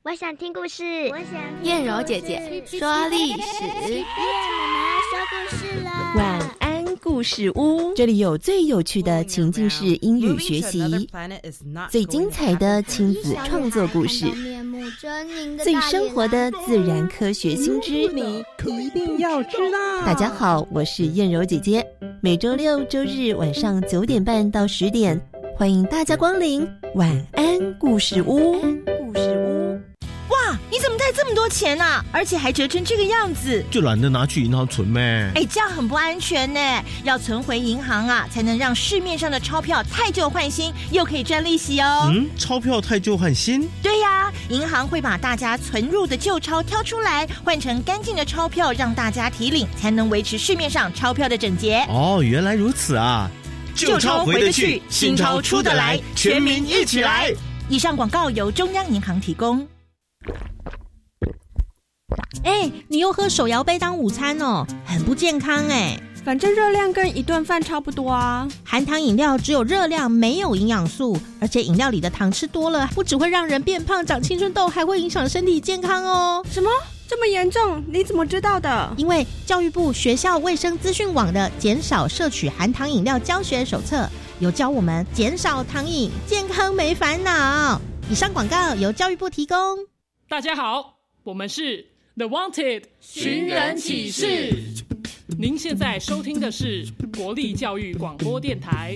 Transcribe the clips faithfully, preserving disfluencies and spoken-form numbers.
我想听故事。 我想听燕柔姐姐说历史。 燕妈妈说故事了。 晚安故事屋，这里有最有趣的情境式英语学习，最精彩的亲子创作故事，最生活的自然科学新知， 你一定要知道。 大家好，我是燕柔姐姐，每周六周日晚上九点半到十点，欢迎大家光临晚安故事屋。故事屋， 哇，你怎么带这么多钱啊？而且还折成这个样子。 就懒得拿去银行存呗。 哎，这样很不安全呢，要存回银行啊，才能让市面上的钞票汰旧换新，又可以赚利息哦。 嗯，钞票汰旧换新？ 对呀，银行会把大家存入的旧钞挑出来，换成干净的钞票，让大家提领，才能维持市面上钞票的整洁。 哦，原来如此啊！ 旧钞回得去，新钞出得来，全民一起来。以上广告由中央银行提供。哎，你又喝手摇杯当午餐哦，很不健康哎。 反正热量跟一顿饭差不多啊。 含糖饮料只有热量，没有营养素，而且饮料里的糖吃多了，不只会让人变胖、长青春痘，还会影响身体健康哦。 什么？这么严重？你怎么知道的？ 因为教育部学校卫生资讯网的减少摄取含糖饮料教学手册有教我们减少糖饮，健康没烦恼。以上广告由教育部提供。 大家好，我们是 The Wanted 寻人启事。您现在收听的是国立教育广播电台。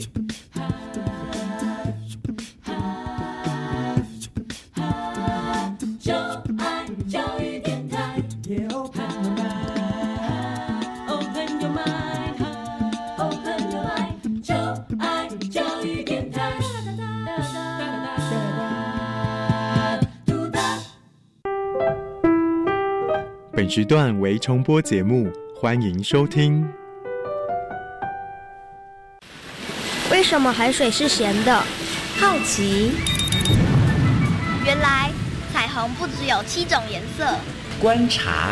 就爱教育电台。Yeah, open your mind, open your mind, open your mind。就爱教育电台。 本时段为重播节目，欢迎收听。 为什么海水是咸的？ 好奇。 原来彩虹不只有七种颜色。 观察。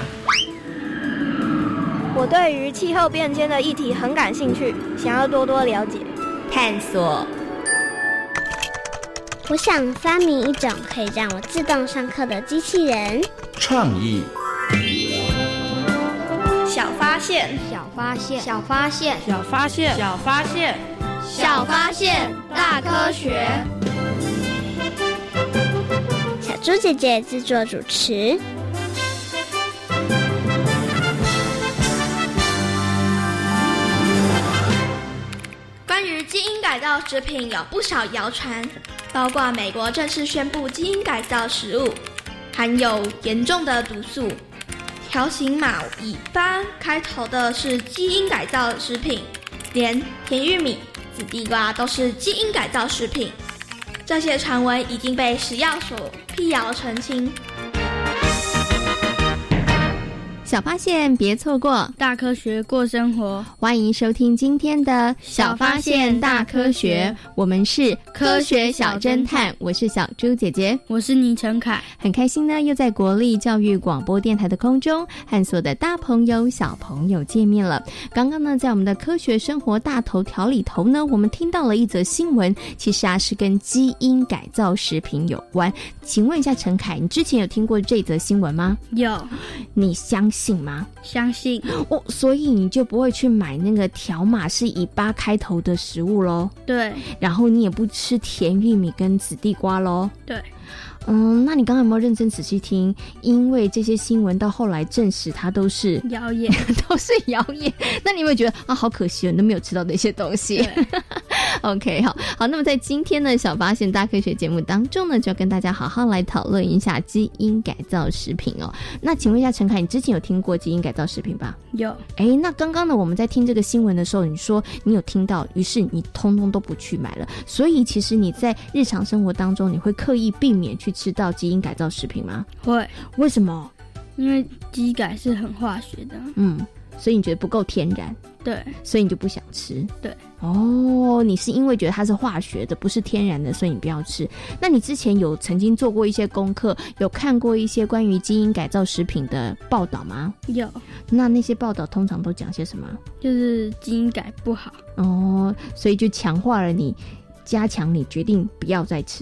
我对于气候变迁的议题很感兴趣，想要多多了解。 探索。 我想发明一种可以让我自动上课的机器人。 创意。 小发现， 小发现，小发现， 小发现， 小发现， 小发现，大科学。 小猪姐姐制作主持。 关于基因改造食品有不少谣传，包括美国正式宣布基因改造食物含有严重的毒素。条形码以八开头的是基因改造食品，连甜玉米、紫地瓜都是基因改造食品。这些传闻已经被食药署辟谣澄清。 小发现别错过， 大科学过生活。 欢迎收听今天的小发现大科学，我们是科学小侦探，我是小猪姐姐， 我是倪晨凯。 很开心呢，又在国立教育广播电台的空中和所有的大朋友小朋友见面了。刚刚呢，在我们的科学生活大头条里头呢，我们听到了一则新闻，其实啊是跟基因改造食品有关。请问一下陈凯，你之前有听过这则新闻吗？ 有。 你相信吗？ 相信。 哦，所以你就不会去买那个条码是以八开头的食物咯？ 对。 然后你也不吃甜玉米跟紫地瓜咯？ 对。 嗯，那你刚刚有没有认真仔细听？因为这些新闻到后来证实它都是谣言， 都是谣言。那你有没有觉得啊，好可惜，你都没有吃到那些东西？OK， 好好。那么在今天的小发现大科学节目当中呢，就要跟大家好好来讨论一下基因改造食品哦。那请问一下陈凯，你之前有听过基因改造食品吧？ 有。 哎，那刚刚呢，我们在听这个新闻的时候，你说你有听到，于是你通通都不去买了。所以其实你在日常生活当中，你会刻意避免去吃到基因改造食品吗？ 会。 为什么？ 因为基改是很化学的。 嗯，所以你觉得不够天然。 对， 所以你就不想吃。 对。 哦，你是因为觉得它是化学的，不是天然的，所以你不要吃。那你之前有曾经做过一些功课，有看过一些关于基因改造食品的报道吗？ 有。 那那些报道通常都讲些什么？ 就是基因改不好。 哦，所以就强化了你，加强你决定不要再吃。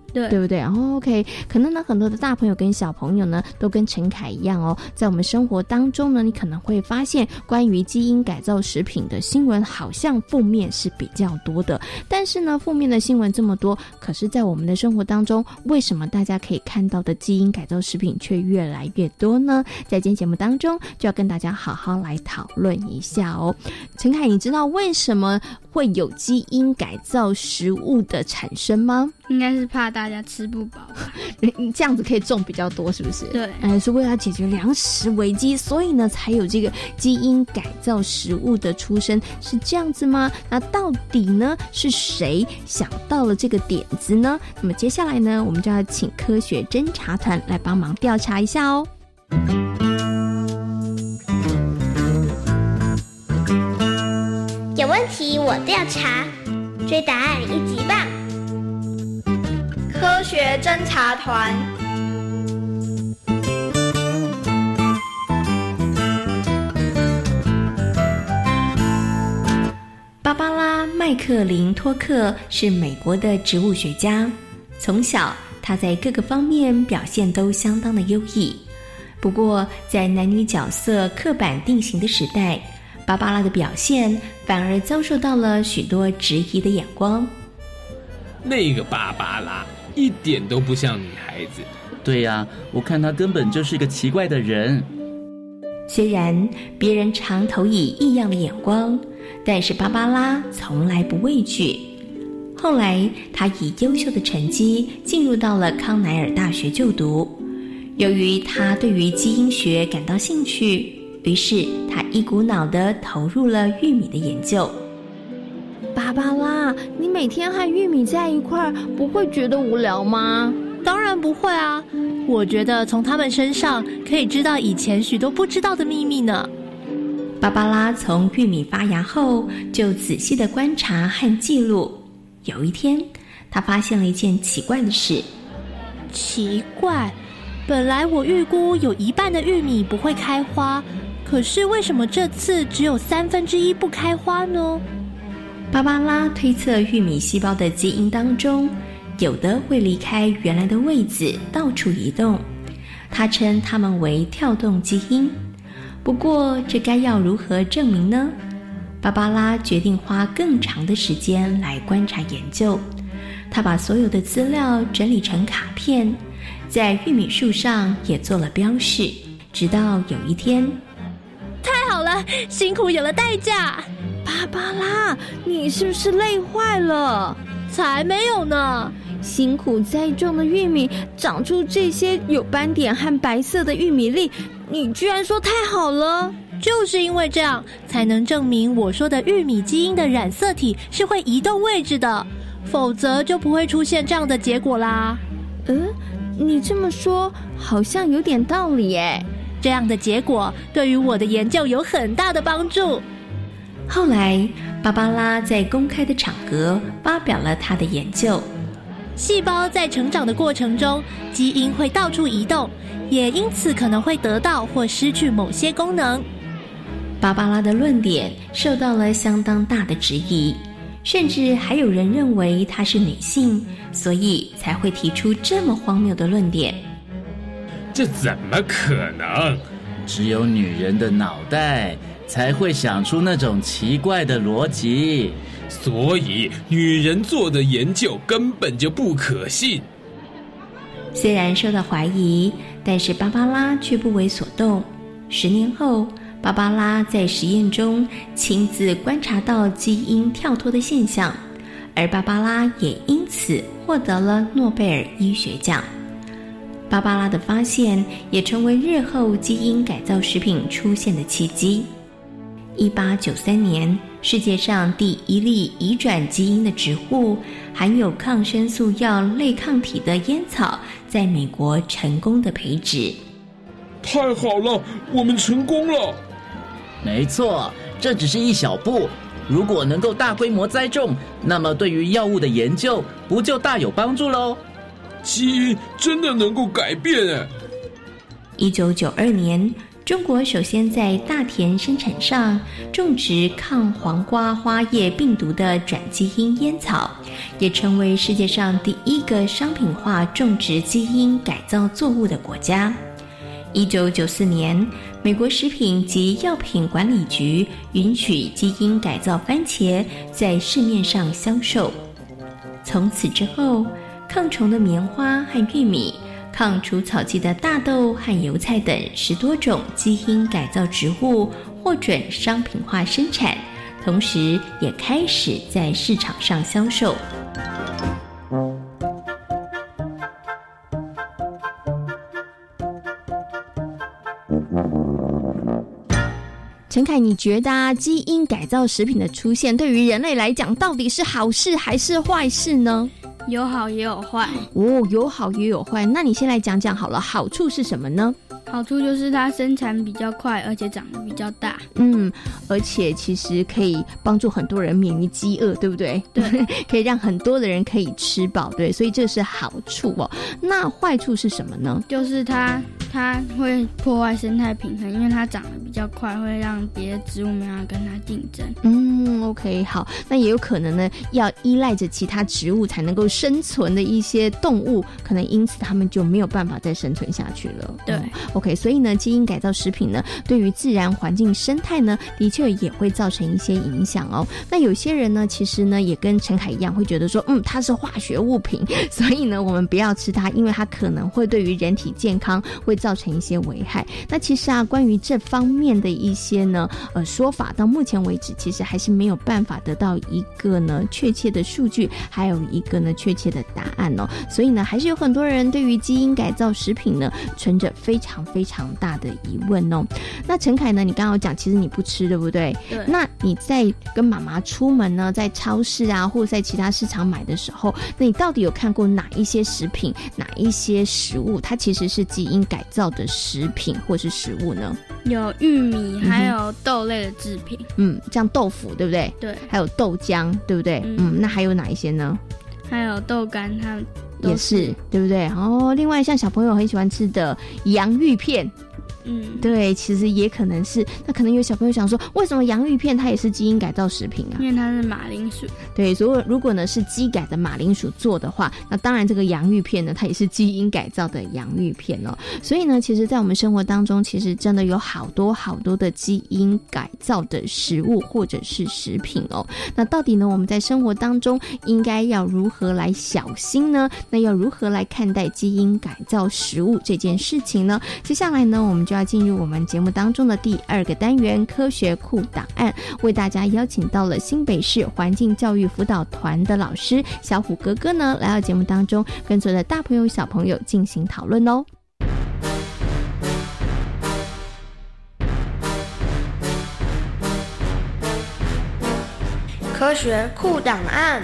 对， 对不对？然后 OK， 可能呢很多的大朋友跟小朋友呢都跟陈凯一样哦，在我们生活当中呢，你可能会发现关于基因改造食品的新闻好像负面是比较多的，但是呢负面的新闻这么多，可是在我们的生活当中，为什么大家可以看到的基因改造食品却越来越多呢？在今天节目当中就要跟大家好好来讨论一下哦。陈凯，你知道为什么会有基因改造食物的产生吗？ 应该是怕大家吃不饱吧这样子可以种比较多，是不是？ 对， 呃，是为了解决粮食危机，所以呢才有这个基因改造食物的出生，是这样子吗？那到底呢是谁想到了这个点子呢？那么接下来呢，我们就要请科学侦查团来帮忙调查一下哦。 有问题我调查，追答案一级棒！ 科学侦查团。 芭芭拉·麦克林托克是美国的植物学家，从小他在各个方面表现都相当的优异。不过在男女角色刻板定型的时代，芭芭拉的表现反而遭受到了许多质疑的眼光。 那个芭芭拉一点都不像女孩子。 对呀、啊，我看她根本就是个奇怪的人。 虽然别人常投以异样的眼光，但是芭芭拉从来不畏惧。后来她以优秀的成绩进入到了康奈尔大学就读。由于她对于基因学感到兴趣，于是她一股脑地投入了玉米的研究。 芭芭拉，你每天和玉米在一块儿，不会觉得无聊吗？ 当然不会啊，我觉得从他们身上可以知道以前许多不知道的秘密呢。 芭芭拉从玉米发芽后就仔细地观察和记录。有一天，她发现了一件奇怪的事。 奇怪，本来我预估有一半的玉米不会开花，可是为什么这次只有三分之一不开花呢？ 芭芭拉推测玉米细胞的基因当中，有的会离开原来的位置到处移动，她称它们为跳动基因。不过这该要如何证明呢？芭芭拉决定花更长的时间来观察研究。她把所有的资料整理成卡片，在玉米树上也做了标示，直到有一天， 太好了，辛苦有了代价。 芭芭拉，你是不是累坏了？ 才没有呢， 辛苦栽种的玉米长出这些有斑点和白色的玉米粒，你居然说太好了。 就是因为这样，才能证明我说的玉米基因的染色体是会移动位置的，否则就不会出现这样的结果啦。 嗯，你这么说好像有点道理耶。 这样的结果对于我的研究有很大的帮助。 后来芭芭拉在公开的场合发表了她的研究。 细胞在成长的过程中，基因会到处移动，也因此可能会得到或失去某些功能。 芭芭拉的论点受到了相当大的质疑，甚至还有人认为她是女性，所以才会提出这么荒谬的论点。 这怎么可能？ 只有女人的脑袋才会想出那种奇怪的逻辑， 所以女人做的研究根本就不可信。 虽然受到怀疑，但是芭芭拉却不为所动。十年后，芭芭拉在实验中亲自观察到基因跳脱的现象，而芭芭拉也因此获得了诺贝尔医学奖。芭芭拉的发现也成为日后基因改造食品出现的契机。一八九三年，世界上第一例移转基因的植物含有抗生素药类抗体的烟草，在美国成功的培植。 太好了，我们成功了！ 没错，这只是一小步。如果能够大规模栽种，那么对于药物的研究不就大有帮助喽？基因真的能够改变哎！ 一九九二年， 中国首先在大田生产上种植抗黄瓜花叶病毒的转基因烟草，也成为世界上第一个商品化种植基因改造作物的国家。一九九四年，美国食品及药品管理局允许基因改造番茄在市面上销售。从此之后，抗虫的棉花和玉米，抗除草剂的大豆和油菜等十多种基因改造植物获准商品化生产，同时也开始在市场上销售。陈凯，你觉得啊，基因改造食品的出现对于人类来讲到底是好事还是坏事呢？ 有好也有坏哦，有好也有坏。那你先来讲讲好了，好处是什么呢？ 好处就是它生产比较快，而且长得比较大。 嗯，而且其实可以帮助很多人免于饥饿，对不对？ 对， 可以让很多的人可以吃饱，对，所以这是好处哦。那坏处是什么呢？ 就是它它会破坏生态平衡，因为它长得比较快，会让别的植物没办法跟它竞争。 嗯 ，OK， 好，那也有可能呢，要依赖着其他植物才能够生存的一些动物，可能因此它们就没有办法再生存下去了。 对。 嗯OK， 所以呢，基因改造食品呢，对于自然环境生态呢，的确也会造成一些影响哦。那有些人呢，其实呢，也跟陈凯一样，会觉得说，嗯，它是化学物品，所以呢，我们不要吃它，因为它可能会对于人体健康会造成一些危害。那其实啊，关于这方面的一些呢，呃，说法，到目前为止，其实还是没有办法得到一个呢确切的数据，还有一个呢确切的答案哦。所以呢，还是有很多人对于基因改造食品呢，存着非常非常大的疑问哦。那陈凯呢，你刚刚有讲其实你不吃，对不对？ 对。 那你在跟妈妈出门呢，在超市啊或者在其他市场买的时候，那你到底有看过哪一些食品，哪一些食物它其实是基因改造的食品或是食物呢？ 有玉米还有豆类的制品。 嗯，像豆腐对不对？ 对。 还有豆浆对不对？嗯, 嗯那还有哪一些呢？ 还有豆干，它也是对不对？哦，另外像小朋友很喜欢吃的洋芋片， 嗯， 对，其实也可能是。那可能有小朋友想说，为什么洋芋片它也是基因改造食品啊？ 因为它是马铃薯。 对，所以如果呢是基改的马铃薯做的话，那当然这个洋芋片呢，它也是基因改造的洋芋片哦。所以呢，其实在我们生活当中，其实真的有好多好多的基因改造的食物或者是食品哦。那到底呢，我们在生活当中应该要如何来小心呢？那要如何来看待基因改造食物这件事情呢？接下来呢，我们就要进入我们节目当中的第二个单元科学库档案，为大家邀请到了新北市环境教育辅导团的老师小虎哥哥呢，来到节目当中跟所有的大朋友小朋友进行讨论哦。 科学库档案。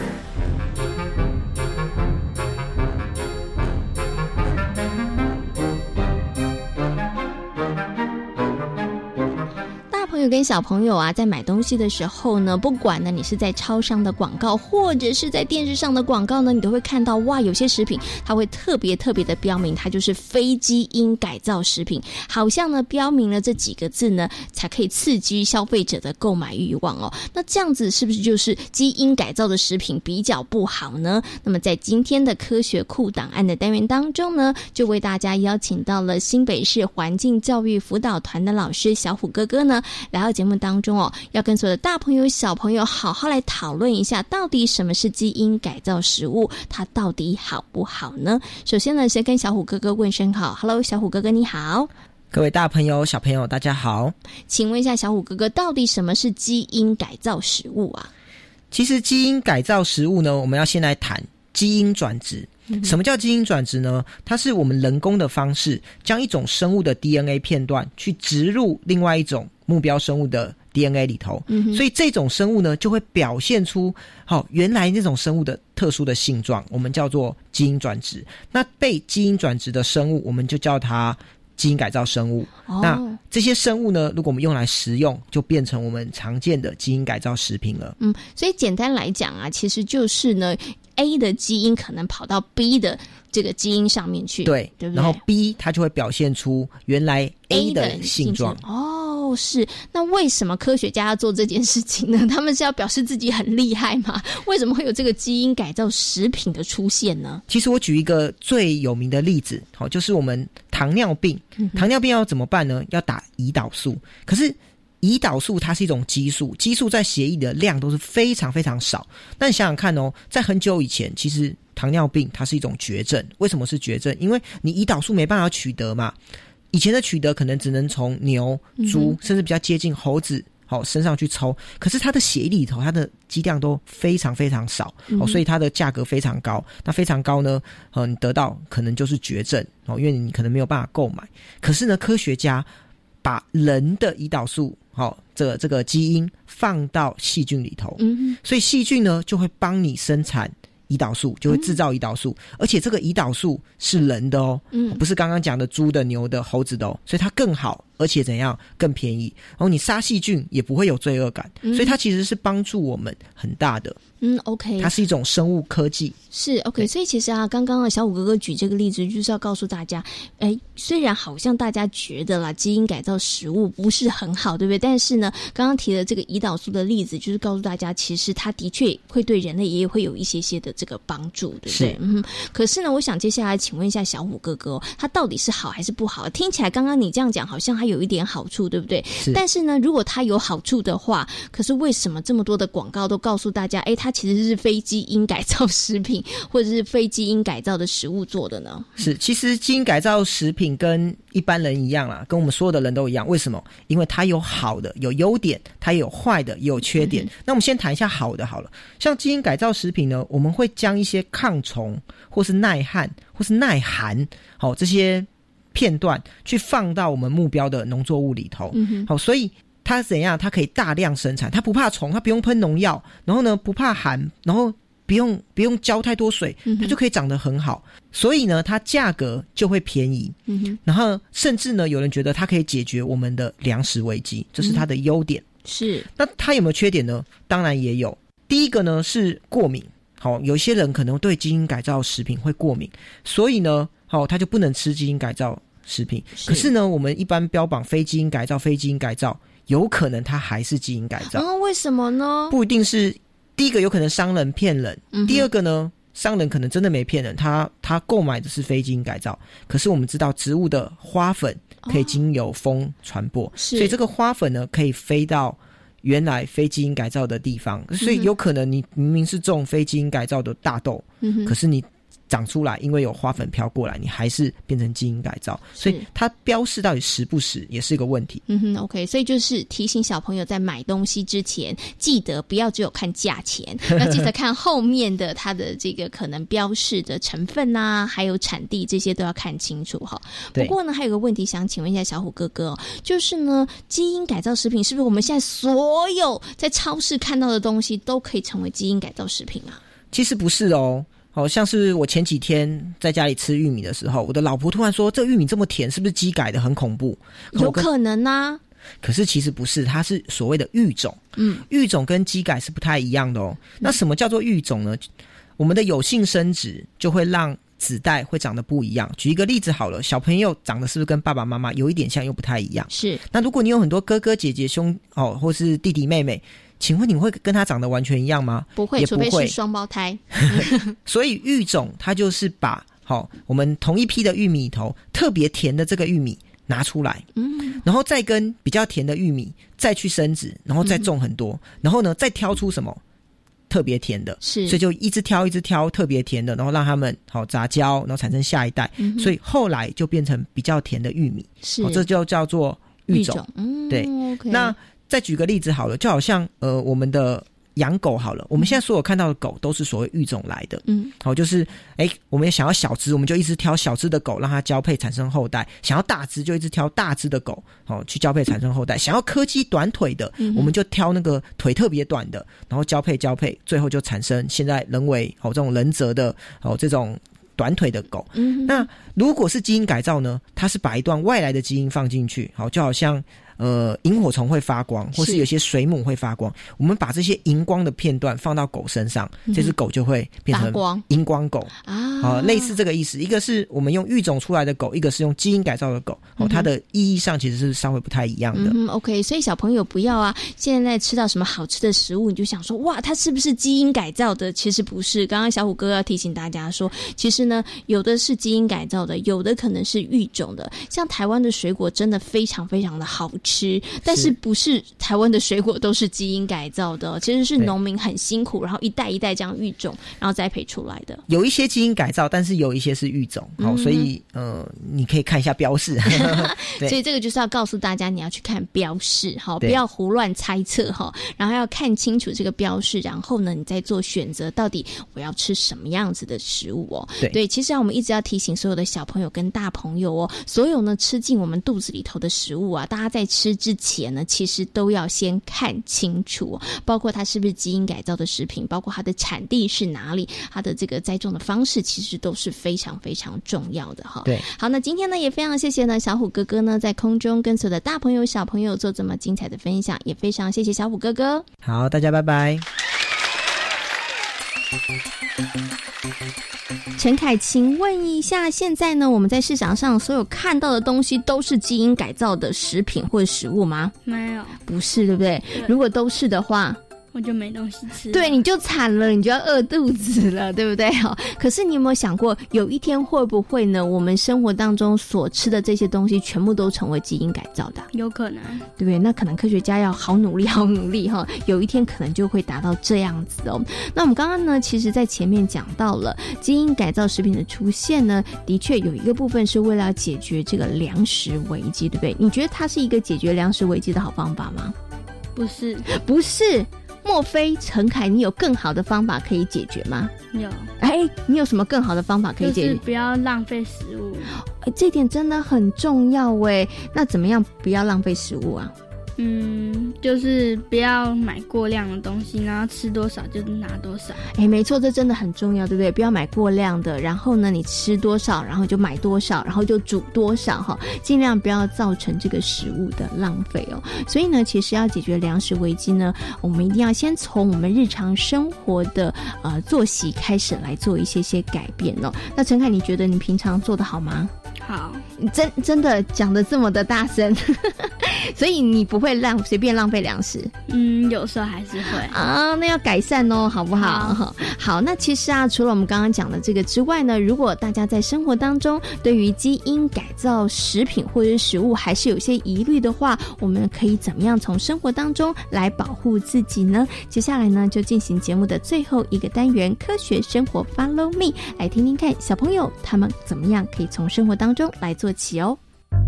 朋友跟小朋友啊，在买东西的时候呢，不管呢你是在超商的广告，或者是在电视上的广告呢，你都会看到哇，有些食品它会特别特别的标明它就是非基因改造食品，好像呢标明了这几个字呢，才可以刺激消费者的购买欲望哦。那这样子是不是就是基因改造的食品比较不好呢？那么在今天的科学库档案的单元当中呢，就为大家邀请到了新北市环境教育辅导团的老师小虎哥哥呢，来到节目当中哦，要跟所有的大朋友小朋友好好来讨论一下，到底什么是基因改造食物，它到底好不好呢？首先呢，先跟小虎哥哥问声好 ，Hello， 小虎哥哥你好。 各位大朋友小朋友大家好。 请问一下小虎哥哥，到底什么是基因改造食物啊？ 其实基因改造食物呢，我们要先来谈基因转殖。什么叫基因转殖呢？它是我们人工的方式，将一种生物的 D N A 片段去植入另外一种目标生物的 D N A 里头，嗯、所以这种生物呢就会表现出好、哦、原来那种生物的特殊的性状，我们叫做基因转殖。那被基因转殖的生物，我们就叫它基因改造生物。 哦、 那这些生物呢，如果我们用来食用，就变成我们常见的基因改造食品了。 嗯，所以简单来讲啊，其实就是呢 A 的基因可能跑到 B 的这个基因上面去， 对， 对不对？ 然后 B 它就会表现出原来 A 的性状。 哦，是。那为什么科学家要做这件事情呢？他们是要表示自己很厉害吗？为什么会有这个基因改造食品的出现呢？ 其实我举一个最有名的例子，好，就是我们糖尿病。糖尿病要怎么办呢？要打胰岛素。可是胰岛素它是一种激素，激素在血液的量都是非常非常少。但想想看哦，在很久以前，其实糖尿病它是一种绝症。为什么是绝症？因为你胰岛素没办法取得嘛。以前的取得可能只能从牛、猪、嗯，甚至比较接近猴子，好、哦、身上去抽。可是它的血液里头，它的剂量都非常非常少，嗯、哦，所以它的价格非常高。那非常高呢，呃，你得到可能就是绝症哦，因为你可能没有办法购买。可是呢，科学家把人的胰岛素，好、哦，这个这个基因放到细菌里头，嗯，所以细菌呢就会帮你生产胰岛素，就会制造胰岛素、嗯、而且这个胰岛素是人的哦，嗯，不是刚刚讲的猪的、牛的、猴子的哦，所以它更好，而且怎样更便宜，然后你杀细菌也不会有罪恶感、嗯、所以它其实是帮助我们很大的。 嗯 OK， 它是一种生物科技。 是 OK， 所以其实啊，刚刚小虎哥哥举这个例子就是要告诉大家，哎，虽然好像大家觉得啦基因改造食物不是很好，对不对？但是呢，刚刚提的这个胰岛素的例子就是告诉大家，其实它的确会对人类也会有一些些的这个帮助，对不对？嗯，可是呢，我想接下来请问一下小虎哥哥、哦，它到底是好还是不好？听起来刚刚你这样讲好像还有一点好处，对不对？ 是。 但是呢，如果它有好处的话，可是为什么这么多的广告都告诉大家，哎，它其实是非基因改造食品或者是非基因改造的食物做的呢？ 是，其实基因改造食品跟一般人一样啦，跟我们所有的人都一样。为什么？因为它有好的，有优点，它也有坏的，也有缺点、嗯、那我们先谈一下好的好了。像基因改造食品呢，我们会将一些抗虫或是耐旱或是耐寒好、哦、这些片段去放到我们目标的农作物里头、嗯、好，所以它怎样？它可以大量生产，它不怕虫，它不用喷农药，然后呢不怕寒，然后不用不用浇太多水，它就可以长得很好。嗯、所以呢，它价格就会便宜。嗯、然后甚至呢，有人觉得它可以解决我们的粮食危机，这是它的优点。嗯、 是。 那它有没有缺点呢？当然也有。第一个呢是过敏。好，有些人可能对基因改造食品会过敏，所以呢，好，他就不能吃基因改造食品。是。可是呢，我们一般标榜非基因改造，非基因改造。有可能它还是基因改造、 哦、为什么呢？ 不一定是。第一个有可能商人骗人、嗯、第二个呢，商人可能真的没骗人，他他购买的是非基因改造。可是我们知道植物的花粉可以经由风传播、哦、所以这个花粉呢可以飞到原来非基因改造的地方，所以有可能你明明是种非基因改造的大豆、嗯、可是你长出来因为有花粉飘过来，你还是变成基因改造，所以它标示到底实不实也是一个问题。 嗯哼 OK， 所以就是提醒小朋友在买东西之前记得不要只有看价钱要记得看后面的它的这个可能标示的成分啊还有产地，这些都要看清楚哈。不过呢还有个问题想请问一下小虎哥哥、哦、就是呢基因改造食品是不是我们现在所有在超市看到的东西都可以成为基因改造食品啊？ 其实不是哦。好像是我前几天在家里吃玉米的时候，我的老婆突然说这玉米这么甜是不是基改的，很恐怖。 有可能啊， 可是其实不是，它是所谓的育种。嗯，育种跟基改是不太一样的哦。那什么叫做育种呢？我们的有性生殖就会让子代会长得不一样。举一个例子好了，小朋友长得是不是跟爸爸妈妈有一点像又不太一样？ 是。那如果你有很多哥哥姐姐兄哦，或是弟弟妹妹，请问你会跟他长得完全一样吗？ 不会， 也不会， 除非是双胞胎。 所以育种它就是把好、哦、我们同一批的玉米头特别甜的这个玉米拿出来，嗯，然后再跟比较甜的玉米再去生殖，然后再种很多，嗯、然后呢再挑出什么特别甜的， 是， 所以就一直挑一直挑特别甜的，然后让他们好、哦、杂交，然后产生下一代、嗯，所以后来就变成比较甜的玉米， 是， 哦、这就叫做育种。 育种嗯， 对 ，OK。 那再举个例子好了，就好像呃我们的养狗好了，我们现在所有看到的狗都是所谓育种来的，嗯，好、哦，就是哎我们想要小只，我们就一直挑小只的狗让它交配产生后代；想要大只就一直挑大只的狗，好、哦、去交配产生后代；想要柯基短腿的、嗯，我们就挑那个腿特别短的，然后交配交配，最后就产生现在人为哦这种人择的哦这种短腿的狗。 嗯， 那如果是基因改造呢，它是把一段外来的基因放进去，好，就好像呃，萤火虫会发光，或是有些水母会发光。我们把这些荧光的片段放到狗身上，嗯、这只狗就会变成荧光狗啊、呃，类似这个意思。一个是我们用育种出来的狗，一个是用基因改造的狗，哦，它的意义上其实是稍微不太一样的。 嗯 ，OK， 所以小朋友不要啊，现在吃到什么好吃的食物，你就想说哇，它是不是基因改造的？其实不是。刚刚小虎哥要提醒大家说，其实呢，有的是基因改造的，有的可能是育种的。像台湾的水果真的非常非常的好吃，但是不是台湾的水果都是基因改造的，其实是农民很辛苦，然后一代一代这样育种，然后栽培出来的。 有一些基因改造，但是有一些是育种，好、嗯，所以呃，你可以看一下标示。 所以这个就是要告诉大家，你要去看标示，好，不要胡乱猜测哈，然后要看清楚这个标示，然后呢，你再做选择，到底我要吃什么样子的食物哦。 对， 对，其实啊，我们一直要提醒所有的小朋友跟大朋友哦，所有呢吃进我们肚子里头的食物啊，大家在吃之前呢，其实都要先看清楚，包括它是不是基因改造的食品，包括它的产地是哪里，它的这个栽种的方式，其实都是非常非常重要的哈。 对， 好，那今天呢也非常谢谢呢小虎哥哥呢在空中跟所有的大朋友小朋友做这么精彩的分享，也非常谢谢小虎哥哥。 好，大家拜拜。 陈凯，请问一下，现在呢我们在市场上所有看到的东西都是基因改造的食品或者食物吗？ 没有， 不是，对不对？对，如果都是的话， 我就没东西吃， 对，你就惨了，你就要饿肚子了，对不对？好，可是你有没有想过，有一天会不会呢？我们生活当中所吃的这些东西，全部都成为基因改造的？ 有可能， 对不对？那可能科学家要好努力，好努力哈，有一天可能就会达到这样子哦。那我们刚刚呢，其实在前面讲到了基因改造食品的出现呢，的确有一个部分是为了要解决这个粮食危机，对不对？你觉得它是一个解决粮食危机的好方法吗？ 不是， 不是。莫非陈凯你有更好的方法可以解决吗？ 有。 哎，你有什么更好的方法可以解决？ 就是不要浪费食物。 哎，这点真的很重要哎。那怎么样不要浪费食物啊？ 嗯，就是不要买过量的东西，然后吃多少就拿多少。 哎，没错，这真的很重要，对不对？不要买过量的，然后呢，你吃多少，然后就买多少，然后就煮多少哈，尽量不要造成这个食物的浪费哦。所以呢，其实要解决粮食危机呢，我们一定要先从我们日常生活的呃作息开始来做一些些改变哦。那陈凯，你觉得你平常做得好吗？ 好， 你真真的讲得这么的大声，所以你不会浪随便浪费粮食？ 嗯，有时候还是会啊，那要改善哦，好不好？ 好， 好，那其实啊，除了我们刚刚讲的这个之外呢，如果大家在生活当中对于基因改造食品或者是食物还是有些疑虑的话，我们可以怎么样从生活当中来保护自己呢？接下来呢，就进行节目的最后一个单元——科学生活 Follow Me， 来听听看小朋友他们怎么样可以从生活当中来做起哦。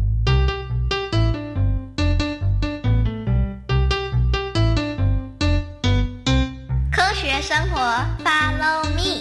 科学生活 Follow Me。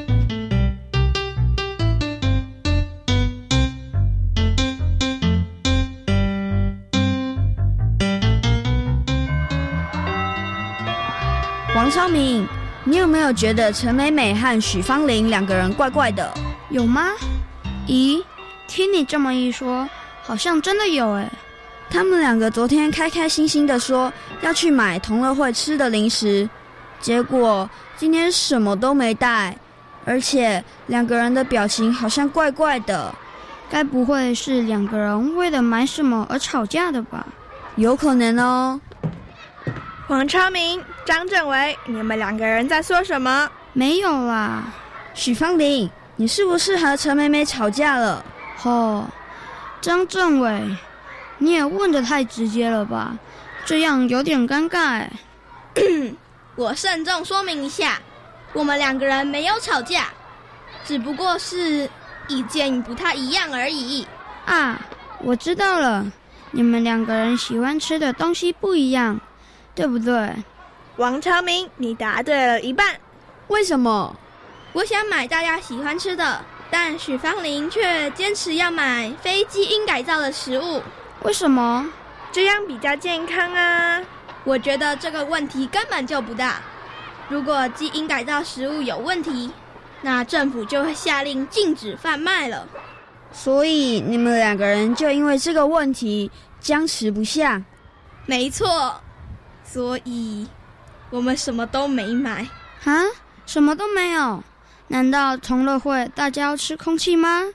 王超明，你有没有觉得陈美美和许芳玲两个人怪怪的？ 有吗？咦，听你这么一说，好像真的有诶。 他们两个昨天开开心心的说要去买同乐会吃的零食，结果今天什么都没带，而且两个人的表情好像怪怪的。 该不会是两个人为了买什么而吵架的吧？ 有可能哦。 王超明、张正伟，你们两个人在说什么？ 没有啦。 许芳玲，你是不是和陈美美吵架了？ 哦，张正伟，你也问得太直接了吧，这样有点尴尬哎。 我慎重说明一下，我们两个人没有吵架，只不过是意见不太一样而已。 啊，我知道了，你们两个人喜欢吃的东西不一样，对不对？ 王超明，你答对了一半。 为什么？ 我想买大家喜欢吃的，但许芳玲却坚持要买非基因改造的食物。 为什么？ 这样比较健康啊。 我觉得这个问题根本就不大。如果基因改造食物有问题， 那政府就会下令禁止贩卖了。 所以你们两个人就因为这个问题僵持不下？ 没错，所以我们什么都没买。 啊？什么都没有？难道同乐会大家要吃空气吗？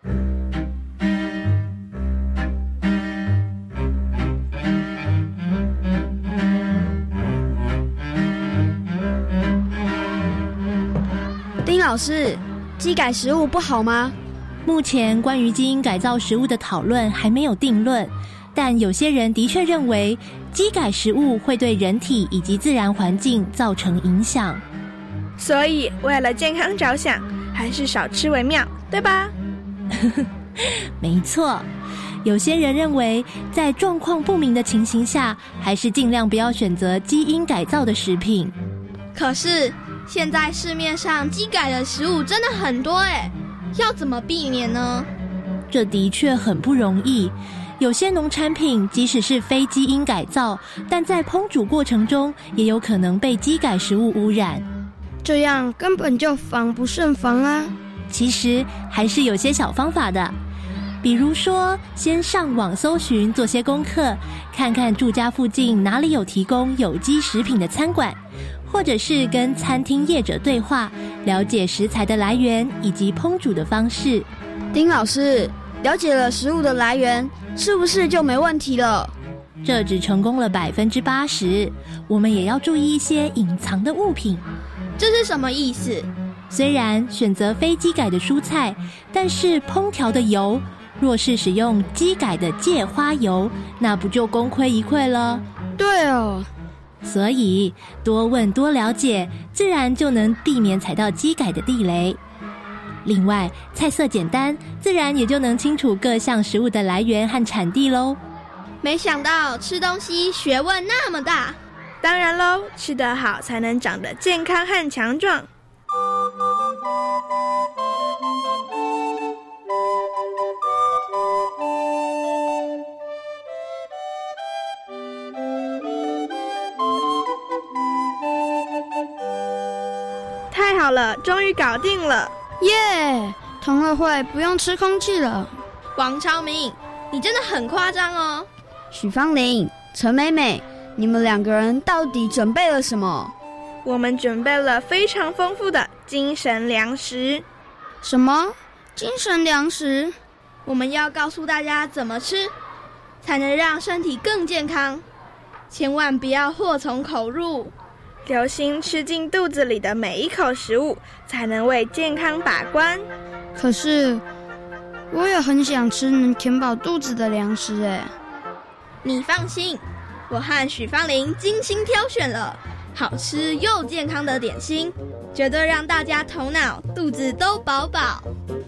丁老师，基改食物不好吗？ 目前关于基因改造食物的讨论还没有定论，但有些人的确认为基改食物会对人体以及自然环境造成影响。 所以为了健康着想，还是少吃为妙，对吧？ 没错，有些人认为在状况不明的情形下，还是尽量不要选择基因改造的食品。 可是现在市面上基改的食物真的很多耶，要怎么避免呢？ 这的确很不容易。有些农产品即使是非基因改造，但在烹煮过程中也有可能被基改食物污染。 这样根本就防不胜防啊！ 其实还是有些小方法的，比如说先上网搜寻，做些功课，看看住家附近哪里有提供有机食品的餐馆，或者是跟餐厅业者对话，了解食材的来源以及烹煮的方式。 丁老师，了解了食物的来源，是不是就没问题了？ 这只成功了百分之八十，我们也要注意一些隐藏的物品。 这是什么意思？ 虽然选择非基改的蔬菜，但是烹调的油若是使用基改的芥花油，那不就功亏一篑了？ 对哦， 所以多问多了解，自然就能避免踩到基改的地雷。另外，菜色简单，自然也就能清楚各项食物的来源和产地咯。 没想到吃东西学问那么大。 当然咯，吃得好才能长得健康和强壮。太好了，终于搞定了！ 耶！同乐会不用吃空气了。 王超明，你真的很夸张哦。 许芳玲、陈美美，你们两个人到底准备了什么？ 我们准备了非常丰富的精神粮食。 什么？精神粮食？ 我们要告诉大家怎么吃，才能让身体更健康。千万不要祸从口入， 留心吃进肚子里的每一口食物，才能为健康把关。 可是，我也很想吃能填饱肚子的粮食诶。 你放心，我和许芳玲精心挑选了好吃又健康的点心，绝对让大家头脑肚子都饱饱。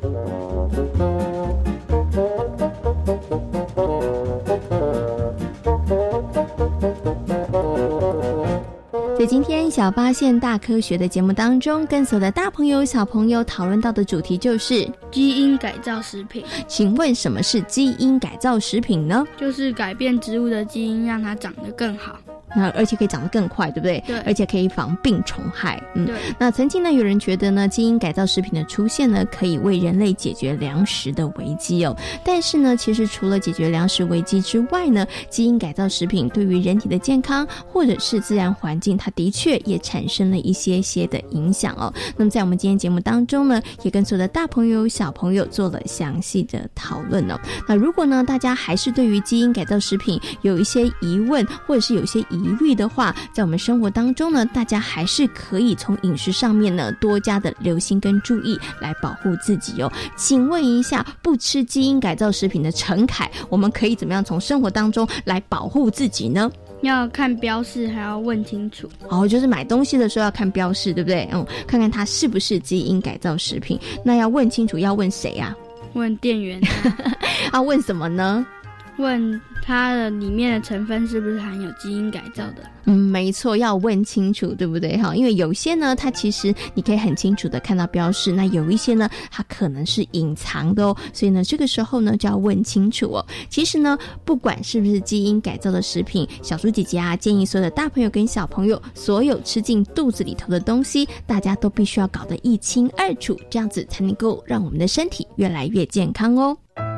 在今天小发现大科学的节目当中，跟所有的大朋友小朋友讨论到的主题就是基因改造食品。 请问什么是基因改造食品呢？ 就是改变植物的基因，让它长得更好。 那而且可以长得更快，对不对？ 对， 而且可以防病虫害。 嗯，对。 那曾经呢，有人觉得呢，基因改造食品的出现呢，可以为人类解决粮食的危机哦。但是呢，其实除了解决粮食危机之外呢，基因改造食品对于人体的健康或者是自然环境，它的确也产生了一些些的影响哦。那么在我们今天节目当中呢，也跟所有的大朋友小朋友做了详细的讨论哦。那如果呢，大家还是对于基因改造食品有一些疑问，或者是有一些疑虑的话，在我们生活当中呢，大家还是可以从饮食上面呢多加的留心跟注意，来保护自己哦。请问一下，不吃基因改造食品的陈凯，我们可以怎么样从生活当中来保护自己呢？ 要看标示，还要问清楚。 哦，就是买东西的时候要看标示，对不对？嗯，看看它是不是基因改造食品。那要问清楚，要问谁啊？ 问店员。 啊，问什么呢？ 问它的里面的成分是不是含有基因改造的。 嗯，没错，要问清楚，对不对哈？因为有些呢，它其实你可以很清楚的看到标示，那有一些呢，它可能是隐藏的哦。所以呢，这个时候呢，就要问清楚哦。其实呢，不管是不是基因改造的食品，小猪姐姐啊，建议所有的大朋友跟小朋友，所有吃进肚子里头的东西，大家都必须要搞得一清二楚，这样子才能够让我们的身体越来越健康哦。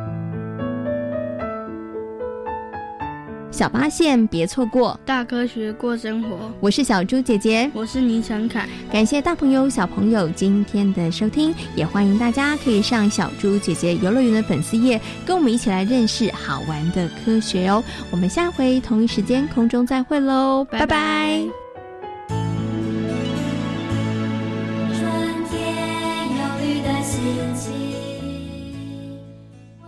小发现别错过， 大科学过生活。 我是小猪姐姐， 我是倪晨凯。 感谢大朋友小朋友今天的收听，也欢迎大家可以上小猪姐姐游乐园的粉丝页，跟我们一起来认识好玩的科学哦。我们下回同一时间空中再会喽，拜拜。